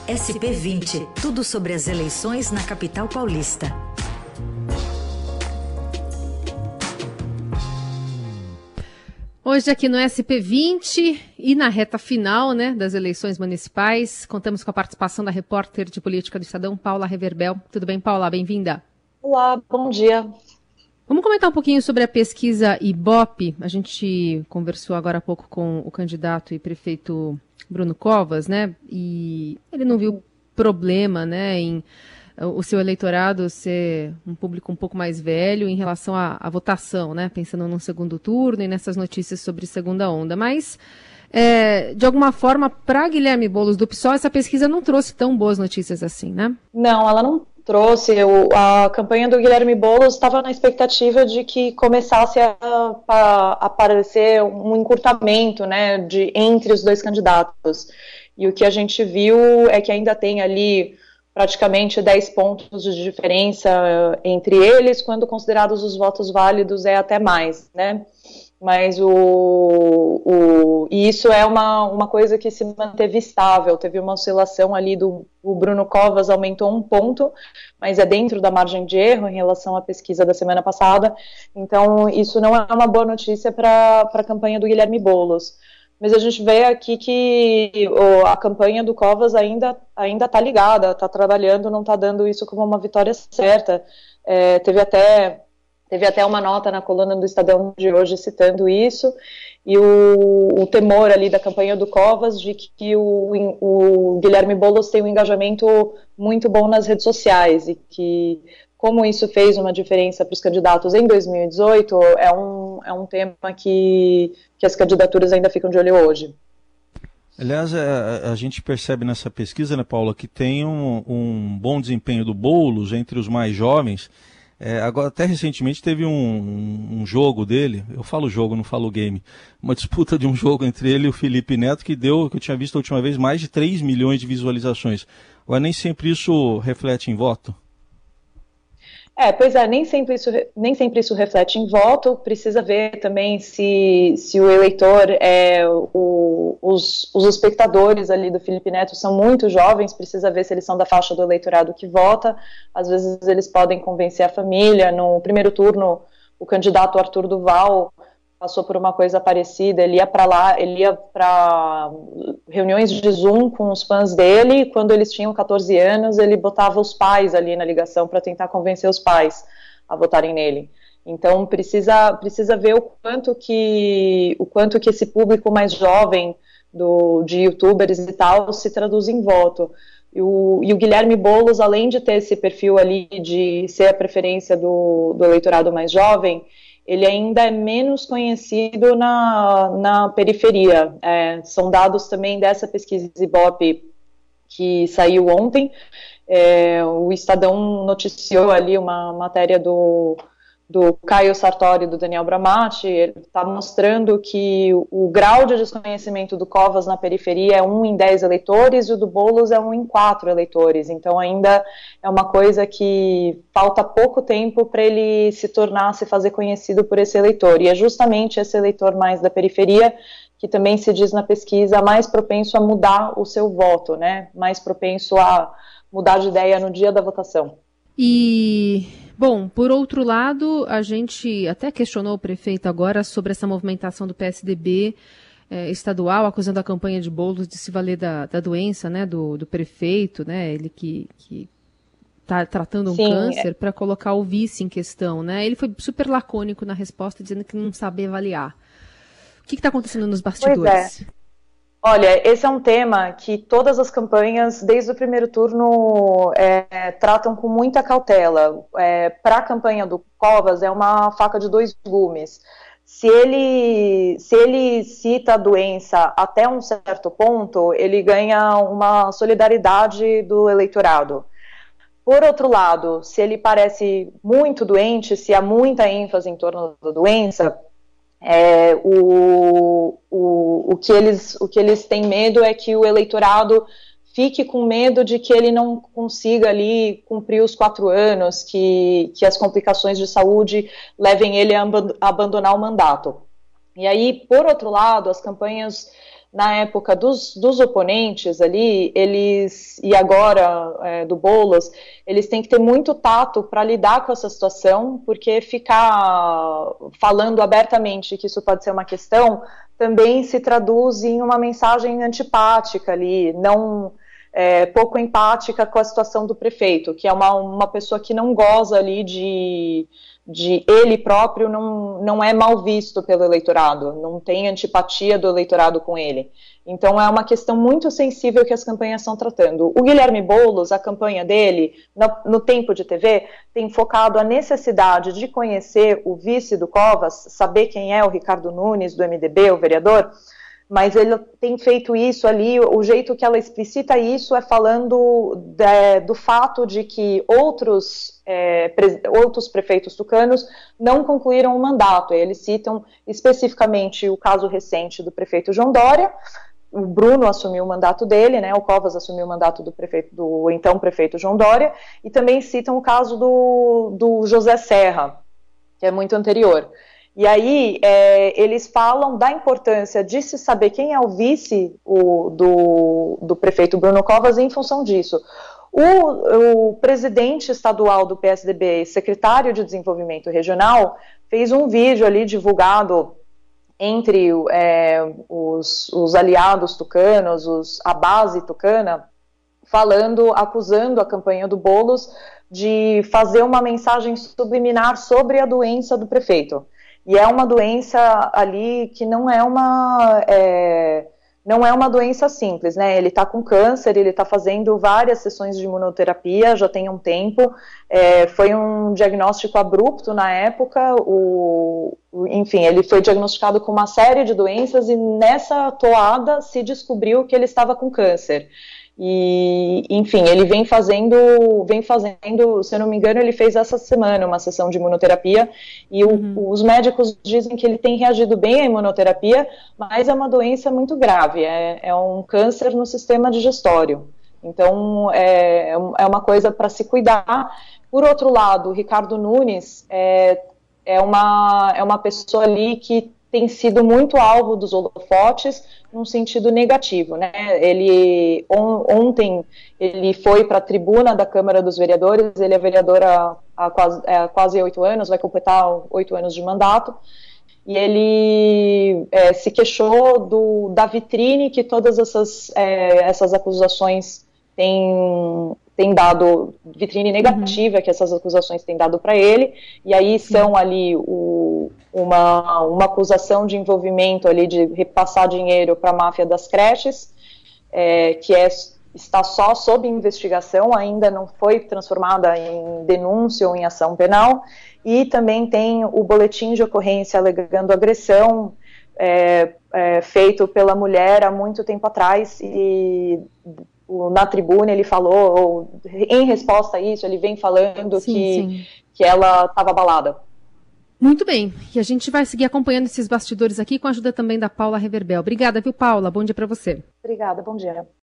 SP20, tudo sobre as eleições na capital paulista. Hoje aqui no SP20 e na reta final, né, das eleições municipais, contamos com a participação da repórter de política do Estadão, Paula Reverbel. Tudo bem, Paula? Bem-vinda. Olá, bom dia. Vamos comentar um pouquinho sobre a pesquisa Ibope. A gente conversou agora há pouco com o candidato e prefeito Bruno Covas, né, e ele não viu problema, né, em o seu eleitorado ser um público um pouco mais velho em relação à votação, né? Pensando no segundo turno e nessas notícias sobre segunda onda. Mas, de alguma forma, para Guilherme Boulos do PSOL, essa pesquisa não trouxe tão boas notícias assim, né? Não, ela não trouxe. A campanha do Guilherme Boulos estava na expectativa de que começasse a aparecer um encurtamento, né, entre os dois candidatos. E o que a gente viu é que ainda tem ali praticamente 10 pontos de diferença entre eles, quando considerados os votos válidos é até mais, né? Mas e isso é uma coisa que se manteve estável, teve uma oscilação ali o Bruno Covas aumentou 1 ponto, mas é dentro da margem de erro em relação à pesquisa da semana passada, então isso não é uma boa notícia para a campanha do Guilherme Boulos. Mas a gente vê aqui que a campanha do Covas ainda está ligada, está trabalhando, não está dando isso como uma vitória certa. Teve até uma nota na coluna do Estadão de hoje citando isso, e o temor ali da campanha do Covas de que o Guilherme Boulos tem um engajamento muito bom nas redes sociais, e que, como isso fez uma diferença para os candidatos em 2018, é um tema que as candidaturas ainda ficam de olho hoje. Aliás, a gente percebe nessa pesquisa, né, Paula, que tem um bom desempenho do Boulos entre os mais jovens. Agora, até recentemente teve um jogo dele, eu falo jogo, não falo game, uma disputa de um jogo entre ele e o Felipe Neto que eu tinha visto a última vez, mais de 3 milhões de visualizações. Agora, nem sempre isso reflete em voto? Pois é, nem sempre isso reflete em voto, precisa ver também se o eleitor, os espectadores ali do Felipe Neto são muito jovens, precisa ver se eles são da faixa do eleitorado que vota, às vezes eles podem convencer a família. No primeiro turno, o candidato Arthur Duval passou por uma coisa parecida, ele ia para reuniões de Zoom com os fãs dele, e quando eles tinham 14 anos, ele botava os pais ali na ligação para tentar convencer os pais a votarem nele. Então precisa ver o quanto que esse público mais jovem de youtubers e tal se traduz em voto. E o Guilherme Boulos, além de ter esse perfil ali de ser a preferência do eleitorado mais jovem, ele ainda é menos conhecido na periferia. São dados também dessa pesquisa Ibope que saiu ontem. O Estadão noticiou ali uma matéria do Caio Sartori e do Daniel Bramati. Ele está mostrando que o grau de desconhecimento do Covas na periferia é 1 em 10 eleitores e o do Boulos é 1 em 4 eleitores. Então ainda é uma coisa que falta pouco tempo para ele se fazer conhecido por esse eleitor. E é justamente esse eleitor mais da periferia que também se diz na pesquisa mais propenso a mudar o seu voto, né? Mais propenso a mudar de ideia no dia da votação. Bom, por outro lado, a gente até questionou o prefeito agora sobre essa movimentação do PSDB estadual, acusando a campanha de Boulos de se valer da doença, né, do prefeito, né, ele que está tratando um câncer, para colocar o vice em questão, né? Ele foi super lacônico na resposta, dizendo que não sabe avaliar. O que está acontecendo nos bastidores? Pois é. Olha, esse é um tema que todas as campanhas, desde o primeiro turno, tratam com muita cautela. Para a campanha do Covas, é uma faca de 2 gumes. Se ele cita a doença até um certo ponto, ele ganha uma solidariedade do eleitorado. Por outro lado, se ele parece muito doente, se há muita ênfase em torno da doença, o que eles têm medo é que o eleitorado fique com medo de que ele não consiga ali cumprir os 4 anos, que as complicações de saúde levem ele a abandonar o mandato. E aí, por outro lado, as campanhas na época dos oponentes ali, eles, e agora do Boulos, eles têm que ter muito tato para lidar com essa situação, porque ficar falando abertamente que isso pode ser uma questão também se traduz em uma mensagem antipática ali, não pouco empática com a situação do prefeito, que é uma pessoa que não goza ali de ele próprio, não é mal visto pelo eleitorado, não tem antipatia do eleitorado com ele. Então é uma questão muito sensível que as campanhas estão tratando. O Guilherme Boulos, a campanha dele, no Tempo de TV, tem focado a necessidade de conhecer o vice do Covas, saber quem é o Ricardo Nunes, do MDB, o vereador, mas ele tem feito isso ali, o jeito que ela explicita isso é falando do fato de que outros prefeitos tucanos não concluíram o mandato. Eles citam especificamente o caso recente do prefeito João Dória. O Bruno assumiu o mandato dele, né, o Covas assumiu o mandato do então prefeito João Dória, e também citam o caso do José Serra, que é muito anterior. E aí eles falam da importância de se saber quem é o vice do prefeito Bruno Covas em função disso. O presidente estadual do PSDB, secretário de Desenvolvimento Regional, fez um vídeo ali divulgado entre os aliados tucanos, a base tucana, acusando a campanha do Boulos de fazer uma mensagem subliminar sobre a doença do prefeito. E é uma doença ali que não é uma doença simples, né? Ele está com câncer, ele está fazendo várias sessões de imunoterapia, já tem um tempo, foi um diagnóstico abrupto na época, enfim, ele foi diagnosticado com uma série de doenças e nessa toada se descobriu que ele estava com câncer. E, enfim, ele vem fazendo, se eu não me engano, ele fez essa semana uma sessão de imunoterapia e os médicos dizem que ele tem reagido bem à imunoterapia, mas é uma doença muito grave, é um câncer no sistema digestório. Então, é uma coisa para se cuidar. Por outro lado, o Ricardo Nunes é uma pessoa ali que tem sido muito alvo dos holofotes num sentido negativo, né? Ontem ele foi para a tribuna da Câmara dos Vereadores, ele é vereador há quase 8 anos, vai completar 8 anos de mandato, e ele se queixou da vitrine que todas essas acusações têm dado, vitrine negativa que essas acusações têm dado para ele, e aí são ali uma acusação de envolvimento ali, de repassar dinheiro para a máfia das creches, que está só sob investigação, ainda não foi transformada em denúncia ou em ação penal, e também tem o boletim de ocorrência alegando agressão feito pela mulher há muito tempo atrás, e na tribuna ele falou, em resposta a isso, ele vem falando que ela estava abalada. Muito bem, e a gente vai seguir acompanhando esses bastidores aqui com a ajuda também da Paula Reverbel. Obrigada, viu, Paula? Bom dia para você. Obrigada, bom dia.